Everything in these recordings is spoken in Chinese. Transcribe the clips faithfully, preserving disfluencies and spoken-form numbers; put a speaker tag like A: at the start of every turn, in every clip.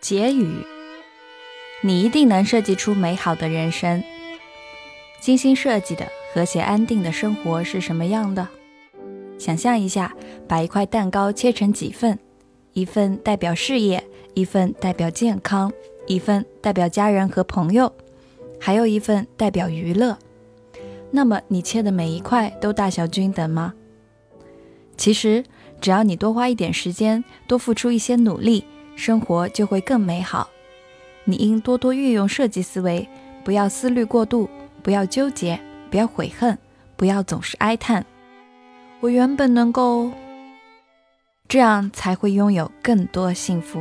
A: 结语：你一定能设计出美好的人生。精心设计的和谐安定的生活是什么样的？想象一下，把一块蛋糕切成几份，一份代表事业，一份代表健康，一份代表家人和朋友，还有一份代表娱乐。那么你切的每一块都大小均等吗？其实只要你多花一点时间，多付出一些努力，生活就会更美好。你应多多运用设计思维，不要思虑过度，不要纠结，不要悔恨，不要总是哀叹我原本能够，这样才会拥有更多幸福。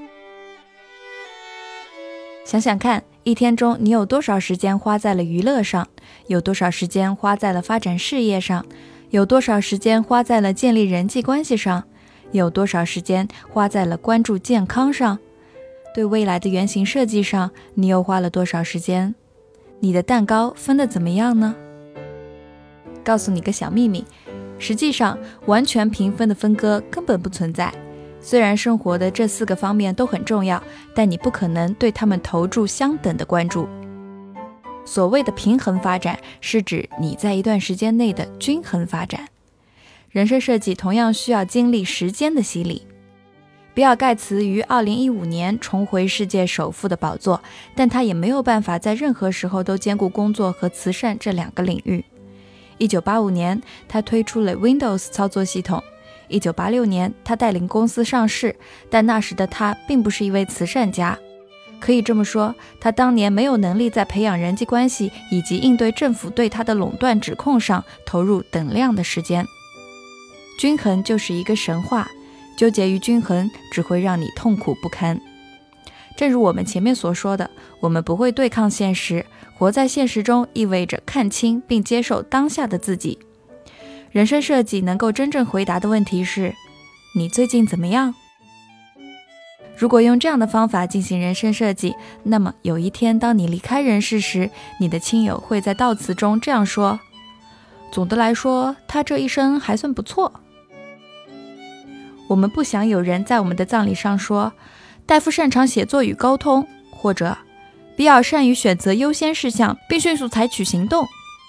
A: 想想看，一天中你有多少时间花在了娱乐上，有多少时间花在了发展事业上，有多少时间花在了建立人际关系上，有多少时间花在了关注健康上，对未来的原型设计上，你又花了多少时间？你的蛋糕分得怎么样呢？告诉你个小秘密，实际上完全平分的分割根本不存在。虽然生活的这四个方面都很重要，但你不可能对它们投注相等的关注。所谓的平衡发展，是指你在一段时间内的均衡发展。人生设计同样需要经历时间的洗礼。比尔盖茨于二零一五年重回世界首富的宝座，但他也没有办法在任何时候都兼顾工作和慈善这两个领域。一九八五年，他推出了 Windows 操作系统。一九八六年，他带领公司上市，但那时的他并不是一位慈善家。可以这么说，他当年没有能力在培养人际关系以及应对政府对他的垄断指控上投入等量的时间。均衡就是一个神话，纠结于均衡只会让你痛苦不堪。正如我们前面所说的，我们不会对抗现实，活在现实中意味着看清并接受当下的自己。人生设计能够真正回答的问题是：你最近怎么样？如果用这样的方法进行人生设计，那么有一天当你离开人世时，你的亲友会在悼词中这样说：总的来说，他这一生还算不错。我们不想有人在我们的葬礼上说，戴夫擅长写作与沟通，或者比尔善于选择优先事项并迅速采取行动。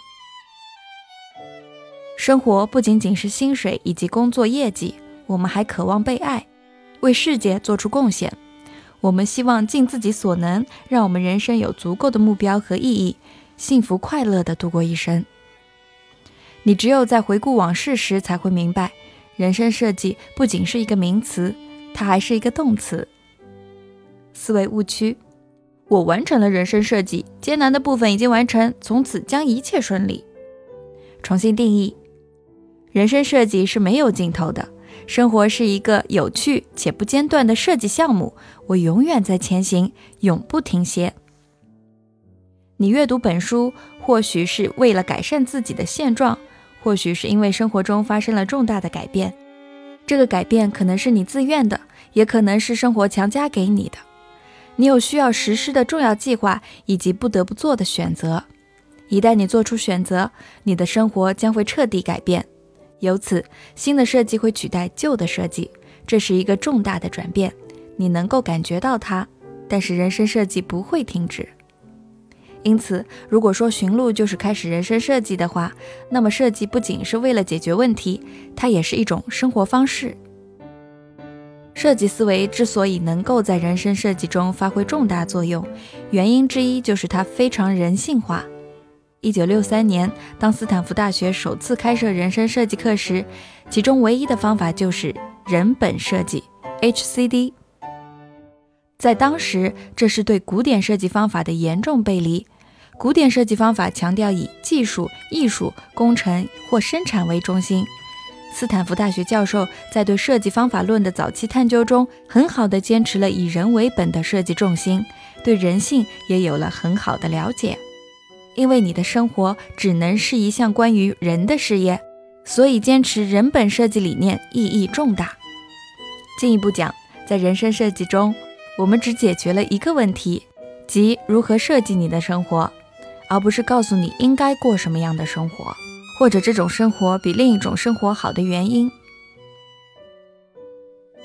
A: 生活不仅仅是薪水以及工作业绩，我们还渴望被爱，为世界做出贡献。我们希望尽自己所能，让我们人生有足够的目标和意义，幸福快乐地度过一生。你只有在回顾往事时才会明白，人生设计不仅是一个名词，它还是一个动词。思维误区：我完成了人生设计，艰难的部分已经完成，从此将一切顺利。重新定义：人生设计是没有尽头的，生活是一个有趣且不间断的设计项目，我永远在前行，永不停歇。你阅读本书，或许是为了改善自己的现状，或许是因为生活中发生了重大的改变。这个改变可能是你自愿的，也可能是生活强加给你的。你有需要实施的重要计划，以及不得不做的选择。一旦你做出选择，你的生活将会彻底改变。由此，新的设计会取代旧的设计，这是一个重大的转变，你能够感觉到它，但是人生设计不会停止。因此，如果说寻路就是开始人生设计的话，那么设计不仅是为了解决问题，它也是一种生活方式。设计思维之所以能够在人生设计中发挥重大作用，原因之一就是它非常人性化。一九六三年，当斯坦福大学首次开设人生设计课时，其中唯一的方法就是人本设计 H C D。 在当时，这是对古典设计方法的严重背离。古典设计方法强调以技术、艺术、工程或生产为中心。斯坦福大学教授在对设计方法论的早期探究中，很好地坚持了以人为本的设计重心，对人性也有了很好的了解。因为你的生活只能是一项关于人的事业，所以坚持人本设计理念意义重大。进一步讲，在人生设计中，我们只解决了一个问题，即如何设计你的生活，而不是告诉你应该过什么样的生活，或者这种生活比另一种生活好的原因。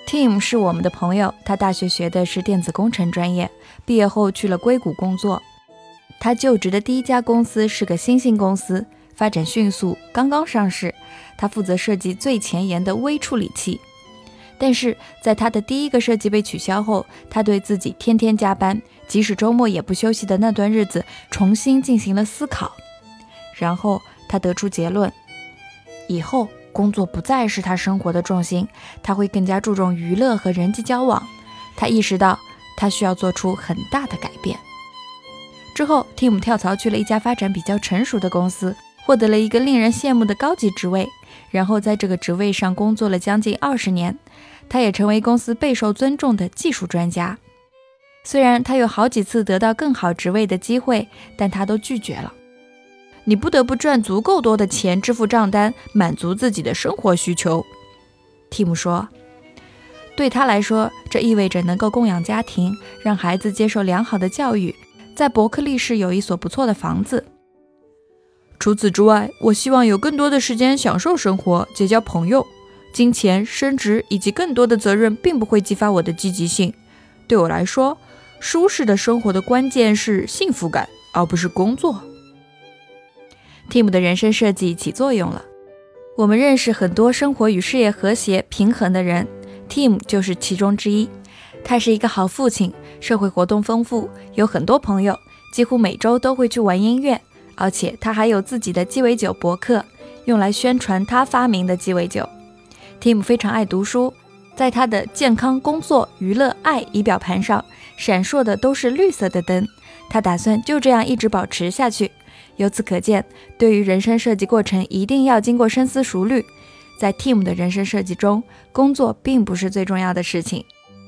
A: Tim 是我们的朋友，他大学学的是电子工程专业，毕业后去了硅谷工作。他就职的第一家公司是个新兴公司，发展迅速，刚刚上市。他负责设计最前沿的微处理器。但是在他的第一个设计被取消后，他对自己天天加班，即使周末也不休息的那段日子重新进行了思考。然后他得出结论，以后工作不再是他生活的重心，他会更加注重娱乐和人际交往。他意识到他需要做出很大的改变。之后 Tim 跳槽去了一家发展比较成熟的公司，获得了一个令人羡慕的高级职位，然后在这个职位上工作了将近二十年。他也成为公司备受尊重的技术专家。虽然他有好几次得到更好职位的机会，但他都拒绝了。你不得不赚足够多的钱支付账单，满足自己的生活需求。Tim 说，对他来说，这意味着能够供养家庭，让孩子接受良好的教育，在伯克利市有一所不错的房子。除此之外，我希望有更多的时间享受生活，结交朋友。金钱、升职以及更多的责任并不会激发我的积极性。对我来说，舒适的生活的关键是幸福感，而不是工作。Tim 的人生设计起作用了。我们认识很多生活与事业和谐平衡的人， Tim 就是其中之一。他是一个好父亲，社会活动丰富，有很多朋友，几乎每周都会去玩音乐，而且他还有自己的鸡尾酒博客，用来宣传他发明的鸡尾酒。Tim 非常爱读书，在他的健康、工作、娱乐、爱仪表盘上闪烁的都是绿色的灯，他打算就这样一直保持下去。由此可见，对于人生设计过程一定要经过深思熟虑。在 Tim 的人生设计中，工作并不是最重要的事情。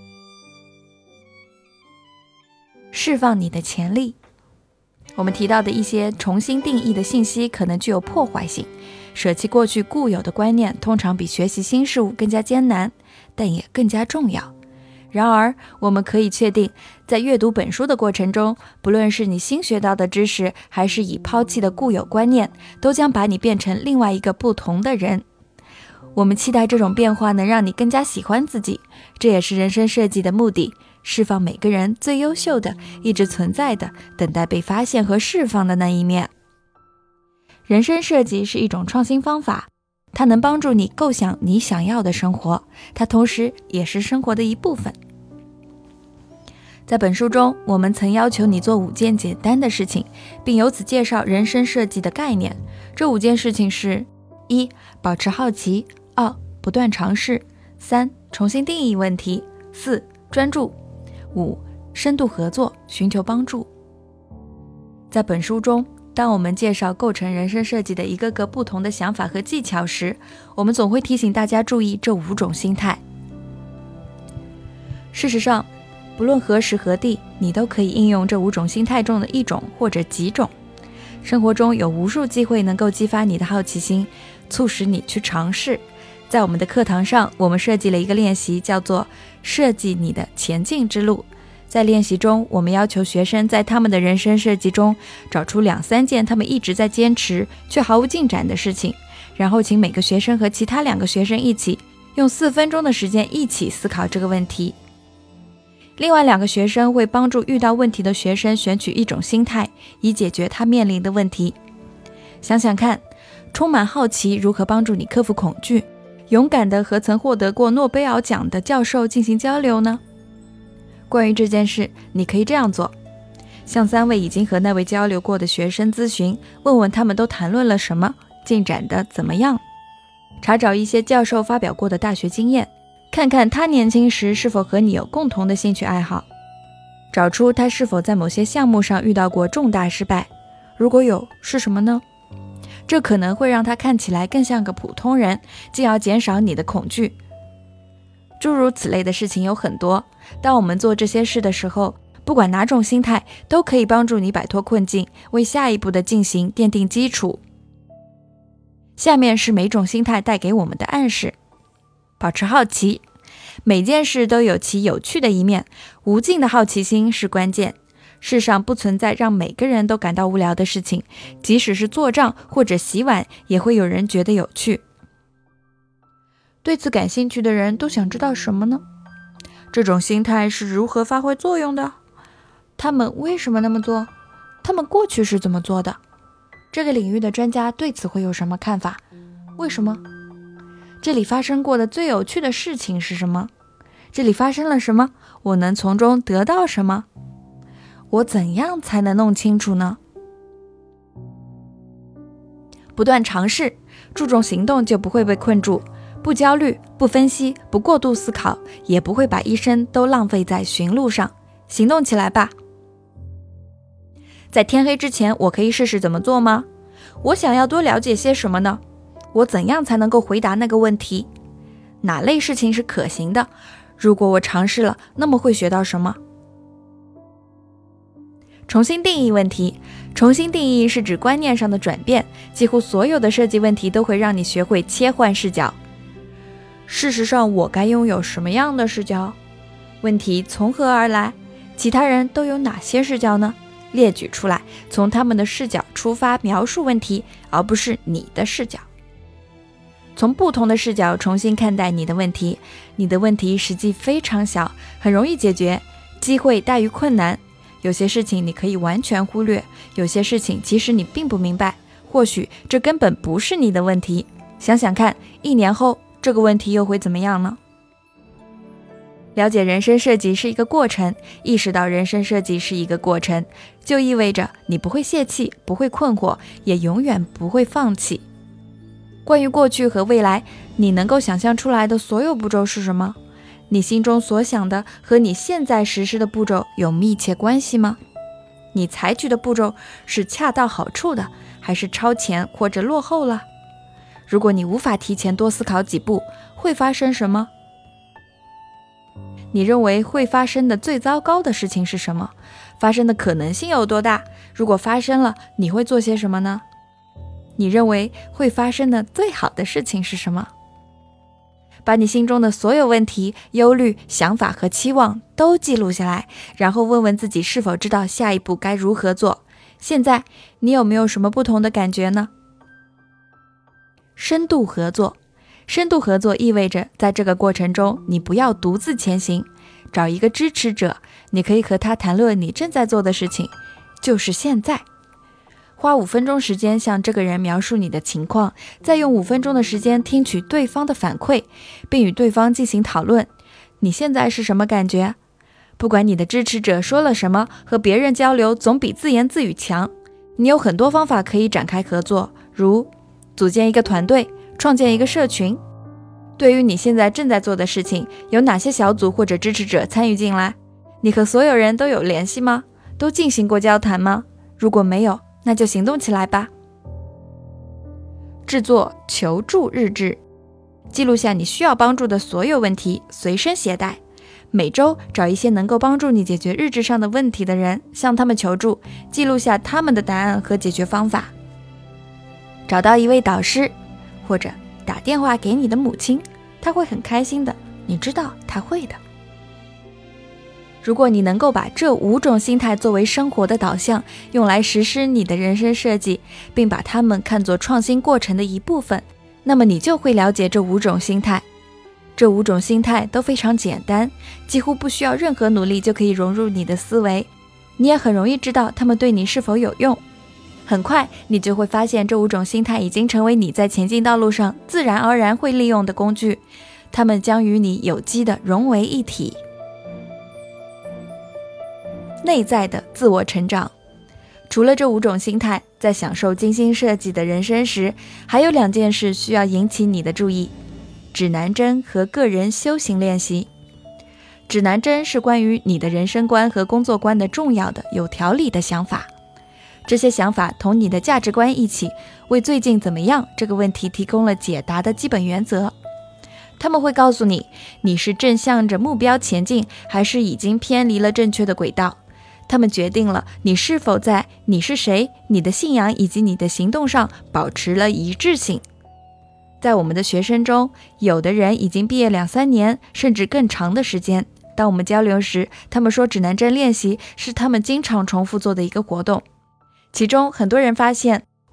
A: 释放你的潜力。我们提到的一些重新定义的信息可能具有破坏性，舍弃过去固有的观念通常比学习新事物更加艰难，但也更加重要。然而，我们可以确定，在阅读本书的过程中，不论是你新学到的知识，还是已抛弃的固有观念，都将把你变成另外一个不同的人。我们期待这种变化能让你更加喜欢自己，这也是人生设计的目的，释放每个人最优秀的、一直存在的、等待被发现和释放的那一面。人生设计是一种创新方法，它能帮助你构想你想要的生活，它同时也是生活的一部分。在本书中，我们曾要求你做五件简单的事情，并由此介绍人生设计的概念。这五件事情是：一、保持好奇；二、不断尝试；三、重新定义问题；四、专注；五、深度合作，寻求帮助。在本书中，当我们介绍构成人生设计的一个个不同的想法和技巧时，我们总会提醒大家注意这五种心态。事实上，不论何时何地，你都可以应用这五种心态中的一种或者几种。生活中有无数机会能够激发你的好奇心，促使你去尝试。在我们的课堂上，我们设计了一个练习，叫做设计你的前进之路。在练习中，我们要求学生在他们的人生设计中找出两三件他们一直在坚持却毫无进展的事情，然后请每个学生和其他两个学生一起用四分钟的时间一起思考这个问题。另外两个学生会帮助遇到问题的学生选取一种心态，以解决他面临的问题。想想看，充满好奇如何帮助你克服恐惧，勇敢地和曾获得过诺贝尔奖的教授进行交流呢？关于这件事，你可以这样做：向三位已经和那位交流过的学生咨询，问问他们都谈论了什么，进展的怎么样。查找一些教授发表过的大学经验，看看他年轻时是否和你有共同的兴趣爱好，找出他是否在某些项目上遇到过重大失败，如果有，是什么呢？这可能会让他看起来更像个普通人，进而减少你的恐惧。诸如此类的事情有很多，当我们做这些事的时候，不管哪种心态都可以帮助你摆脱困境，为下一步的进行奠定基础。下面是每种心态带给我们的暗示。保持好奇，每件事都有其有趣的一面，无尽的好奇心是关键。世上不存在让每个人都感到无聊的事情，即使是做账或者洗碗，也会有人觉得有趣。 对此感兴趣的人都想知道什么呢？这种心态是如何发挥作用的？他们为什么那么做？他们过去是怎么做的？这个领域的专家对此会有什么看法？为什么？这里发生过的最有趣的事情是什么？这里发生了什么？我能从中得到什么？我怎样才能弄清楚呢？不断尝试，注重行动，就不会被困住。不焦虑，不分析，不过度思考，也不会把一生都浪费在寻路上。行动起来吧！在天黑之前，我可以试试怎么做吗？我想要多了解些什么呢？我怎样才能够回答那个问题？哪类事情是可行的？如果我尝试了，那么会学到什么？重新定义问题。重新定义是指观念上的转变，几乎所有的设计问题都会让你学会切换视角。事实上，我该拥有什么样的视角？问题从何而来？其他人都有哪些视角呢？列举出来，从他们的视角出发描述问题，而不是你的视角。从不同的视角重新看待你的问题，你的问题实际非常小，很容易解决，机会大于困难。有些事情你可以完全忽略，有些事情即使你并不明白，或许这根本不是你的问题。想想看，一年后这个问题又会怎么样呢？了解人生设计是一个过程，意识到人生设计是一个过程，就意味着你不会泄气，不会困惑，也永远不会放弃。关于过去和未来，你能够想象出来的所有步骤是什么？你心中所想的和你现在实施的步骤有密切关系吗？你采取的步骤是恰到好处的，还是超前或者落后了？如果你无法提前多思考几步，会发生什么？你认为会发生的最糟糕的事情是什么？发生的可能性有多大？如果发生了，你会做些什么呢？你认为会发生的最好的事情是什么？把你心中的所有问题、忧虑、想法和期望都记录下来，然后问问自己是否知道下一步该如何做。现在，你有没有什么不同的感觉呢？深度合作。深度合作意味着在这个过程中，你不要独自前行，找一个支持者，你可以和他谈论你正在做的事情，就是现在。花五分钟时间向这个人描述你的情况，再用五分钟的时间听取对方的反馈，并与对方进行讨论。你现在是什么感觉？不管你的支持者说了什么，和别人交流总比自言自语强。你有很多方法可以展开合作，如组建一个团队，创建一个社群。对于你现在正在做的事情，有哪些小组或者支持者参与进来？你和所有人都有联系吗？都进行过交谈吗？如果没有，那就行动起来吧。制作求助日志，记录下你需要帮助的所有问题，随身携带。每周找一些能够帮助你解决日志上的问题的人，向他们求助，记录下他们的答案和解决方法。找到一位导师，或者打电话给你的母亲，她会很开心的，你知道她会的。如果你能够把这五种心态作为生活的导向，用来实施你的人生设计，并把它们看作创新过程的一部分，那么你就会了解这五种心态。这五种心态都非常简单，几乎不需要任何努力就可以融入你的思维，你也很容易知道它们对你是否有用。很快你就会发现，这五种心态已经成为你在前进道路上自然而然会利用的工具，它们将与你有机地融为一体。内在的自我成长。除了这五种心态，在享受精心设计的人生时，还有两件事需要引起你的注意：指南针和个人修行练习。指南针是关于你的人生观和工作观的重要的、有条理的想法。这些想法同你的价值观一起，为最近怎么样这个问题提供了解答的基本原则。他们会告诉你，你是正向着目标前进，还是已经偏离了正确的轨道。他们决定了你是否在你是谁、你的信仰以及你的行动上保持了一致性。在我们的学生中，有的人已经毕业两三年，甚至更长的时间。当我们交流时，他们说指南针练习是他们经常重复做的一个活动。其中很多人发现，我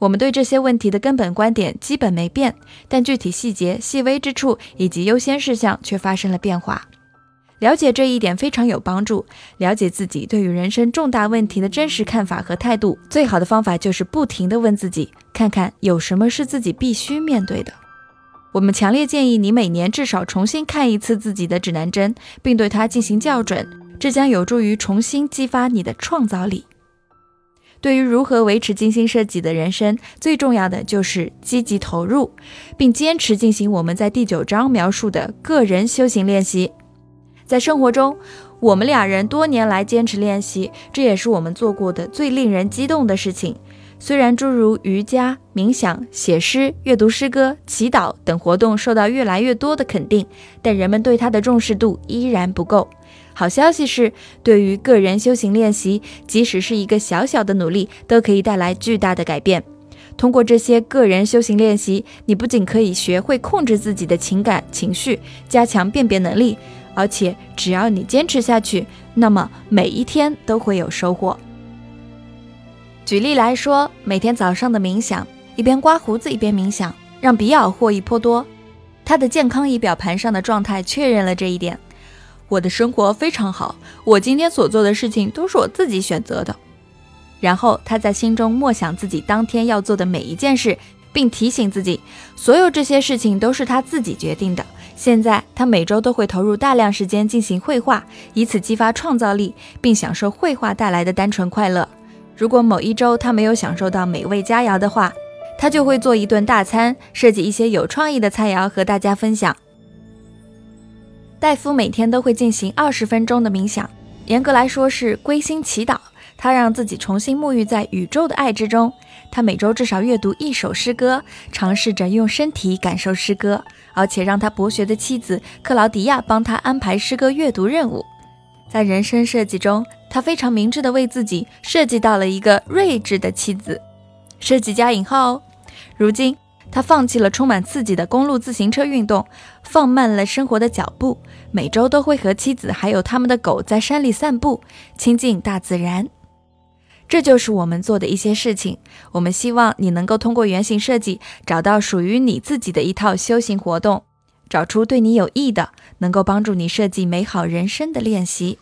A: 我们对这些问题的根本观点基本没变，但具体细节、细微之处以及优先事项却发生了变化。了解这一点非常有帮助，了解自己对于人生重大问题的真实看法和态度，最好的方法就是不停地问自己，看看有什么是自己必须面对的。我们强烈建议你每年至少重新看一次自己的指南针，并对它进行校准，这将有助于重新激发你的创造力。对于如何维持精心设计的人生，最重要的就是积极投入，并坚持进行我们在第九章描述的个人修行练习。在生活中，我们俩人多年来坚持练习，这也是我们做过的最令人激动的事情。虽然诸如瑜伽、冥想、写诗、阅读诗歌、祈祷等活动受到越来越多的肯定，但人们对它的重视度依然不够。好消息是，对于个人修行练习，即使是一个小小的努力，都可以带来巨大的改变。通过这些个人修行练习，你不仅可以学会控制自己的情感情绪，加强辨别能力，而且只要你坚持下去，那么每一天都会有收获。举例来说，每天早上的冥想，一边刮胡子一边冥想，让比尔获益颇多。他的健康仪表盘上的状态确认了这一点。我的生活非常好，我今天所做的事情都是我自己选择的。然后他在心中默想自己当天要做的每一件事，并提醒自己，所有这些事情都是他自己决定的。现在他每周都会投入大量时间进行绘画，以此激发创造力，并享受绘画带来的单纯快乐。如果某一周他没有享受到美味佳肴的话，他就会做一顿大餐，设计一些有创意的菜肴和大家分享。戴夫每天都会进行二十分钟的冥想，严格来说是归心祈祷。他让自己重新沐浴在宇宙的爱之中。他每周至少阅读一首诗歌，尝试着用身体感受诗歌，而且让他博学的妻子克劳迪亚帮他安排诗歌阅读任务。在人生设计中，他非常明智地为自己设计到了一个睿智的妻子，设计加引号哦。如今他放弃了充满刺激的公路自行车运动，放慢了生活的脚步，每周都会和妻子还有他们的狗在山里散步，亲近大自然。这就是我们做的一些事情。我们希望你能够通过原型设计，找到属于你自己的一套修行活动，找出对你有益的，能够帮助你设计美好人生的练习。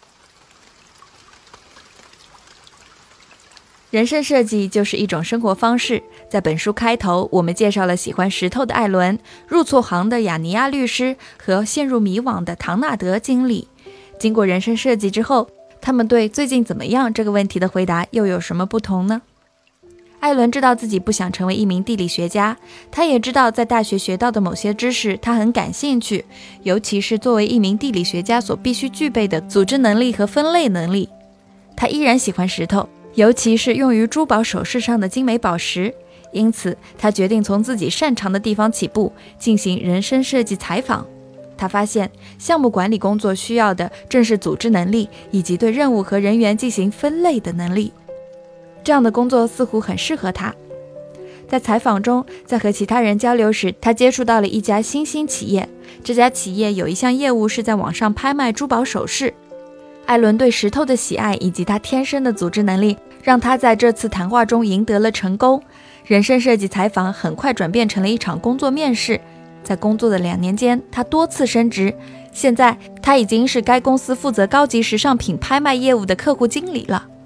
A: 人生设计就是一种生活方式。在本书开头，我们介绍了喜欢石头的艾伦、入错行的雅尼亚律师和陷入迷惘的唐纳德经理。经过人生设计之后，他们对最近怎么样这个问题的回答又有什么不同呢？艾伦知道自己不想成为一名地理学家，他也知道在大学学到的某些知识他很感兴趣，尤其是作为一名地理学家所必须具备的组织能力和分类能力。他依然喜欢石头，尤其是用于珠宝首饰上的精美宝石，因此他决定从自己擅长的地方起步，进行人生设计采访。他发现项目管理工作需要的正是组织能力，以及对任务和人员进行分类的能力。这样的工作似乎很适合他。在采访中，在和其他人交流时，他接触到了一家新兴企业。这家企业有一项业务是在网上拍卖珠宝首饰。艾伦对石头的喜爱以及他天生的组织能力，让他在这次谈话中赢得了成功。人生设计采访很快转变成了一场工作面试。在工作的两年间，他多次升职，现在他已经是该公司负责高级时尚品拍卖业务的客户经理了。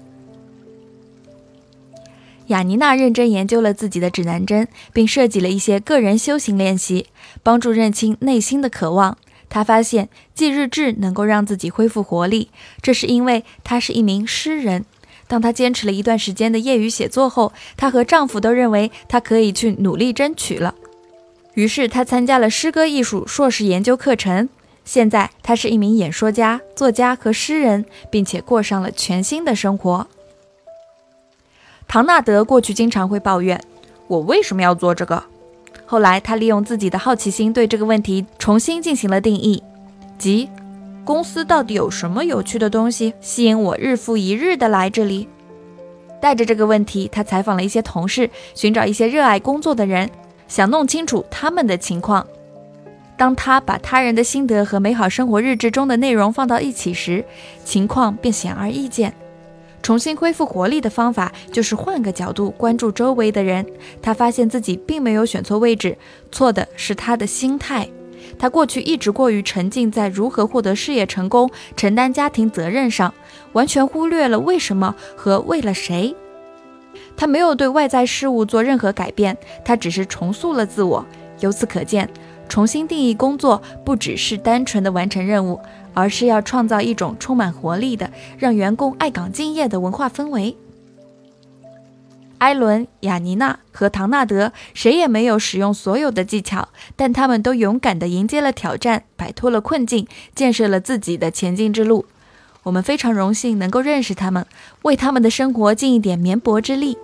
A: 雅尼娜认真研究了自己的指南针，并设计了一些个人修行练习，帮助认清内心的渴望。她发现记日志能够让自己恢复活力，这是因为她是一名诗人。当她坚持了一段时间的业余写作后，她和丈夫都认为她可以去努力争取了。于是她参加了诗歌艺术硕士研究课程。现在她是一名演说家、作家和诗人，并且过上了全新的生活。唐纳德过去经常会抱怨，我为什么要做这个？后来他利用自己的好奇心对这个问题重新进行了定义，即公司到底有什么有趣的东西吸引我日复一日的来这里？带着这个问题，他采访了一些同事，寻找一些热爱工作的人，想弄清楚他们的情况。当他把他人的心得和美好生活日志中的内容放到一起时，情况便显而易见。 重新恢复活力的方法就是换个角度关注周围的人。他发现自己并没有选错位置，错的是他的心态。他过去一直过于沉浸在如何获得事业成功、承担家庭责任上，完全忽略了为什么和为了谁。他没有对外在事物做任何改变，他只是重塑了自我。由此可见，重新定义工作不只是单纯的完成任务，而是要创造一种充满活力的、让员工爱岗敬业的文化氛围。艾伦、雅尼娜和唐纳德谁也没有使用所有的技巧，但他们都勇敢地迎接了挑战，摆脱了困境，建设了自己的前进之路。我们非常荣幸能够认识他们，为他们的生活尽一点绵薄之力。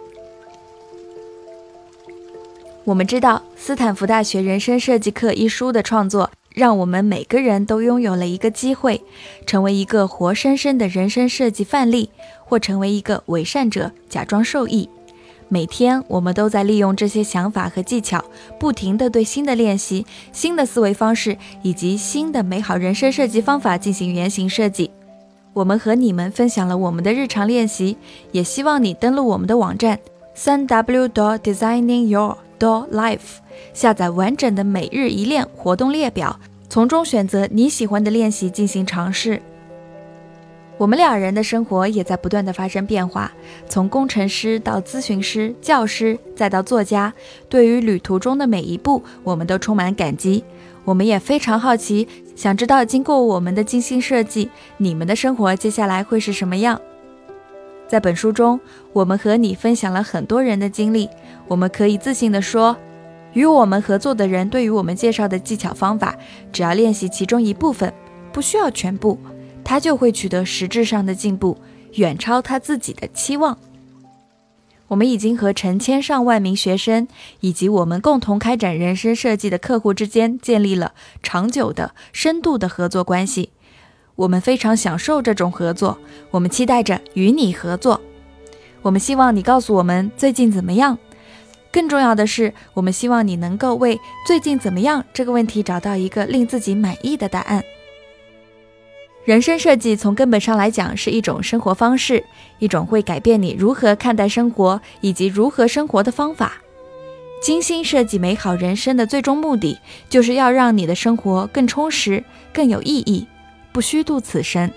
A: 我们知道斯坦福大学人生设计课一书的创作，让我们每个人都拥有了一个机会，成为一个活生生的人生设计范例，或成为一个伪善者，假装受益。每天我们都在利用这些想法和技巧，不停地对新的练习、新的思维方式以及新的美好人生设计方法进行原型设计。我们和你们分享了我们的日常练习，也希望你登录我们的网站 三 w 点 designing your 点 life， 下载完整的每日一练活动列表，从中选择你喜欢的练习进行尝试。我们两人的生活也在不断的发生变化，从工程师到咨询师、教师，再到作家，对于旅途中的每一步，我们都充满感激。我们也非常好奇，想知道经过我们的精心设计，你们的生活接下来会是什么样？在本书中，我们和你分享了很多人的经历，我们可以自信地说，与我们合作的人对于我们介绍的技巧方法，只要练习其中一部分，不需要全部，他就会取得实质上的进步，远超他自己的期望。我们已经和成千上万名学生以及我们共同开展人生设计的客户之间建立了长久的、深度的合作关系。我们非常享受这种合作，我们期待着与你合作。我们希望你告诉我们最近怎么样。更重要的是，我们希望你能够为最近怎么样这个问题找到一个令自己满意的答案。人生设计从根本上来讲是一种生活方式，一种会改变你如何看待生活以及如何生活的方法。精心设计美好人生的最终目的，就是要让你的生活更充实、更有意义，不虚度此生。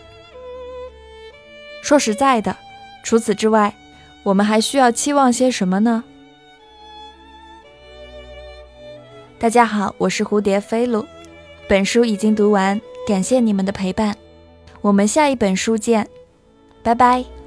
A: 说实在的，除此之外，我们还需要期望些什么呢？大家好，我是蝴蝶飞鹿，本书已经读完，感谢你们的陪伴。我们下一本书见，拜拜。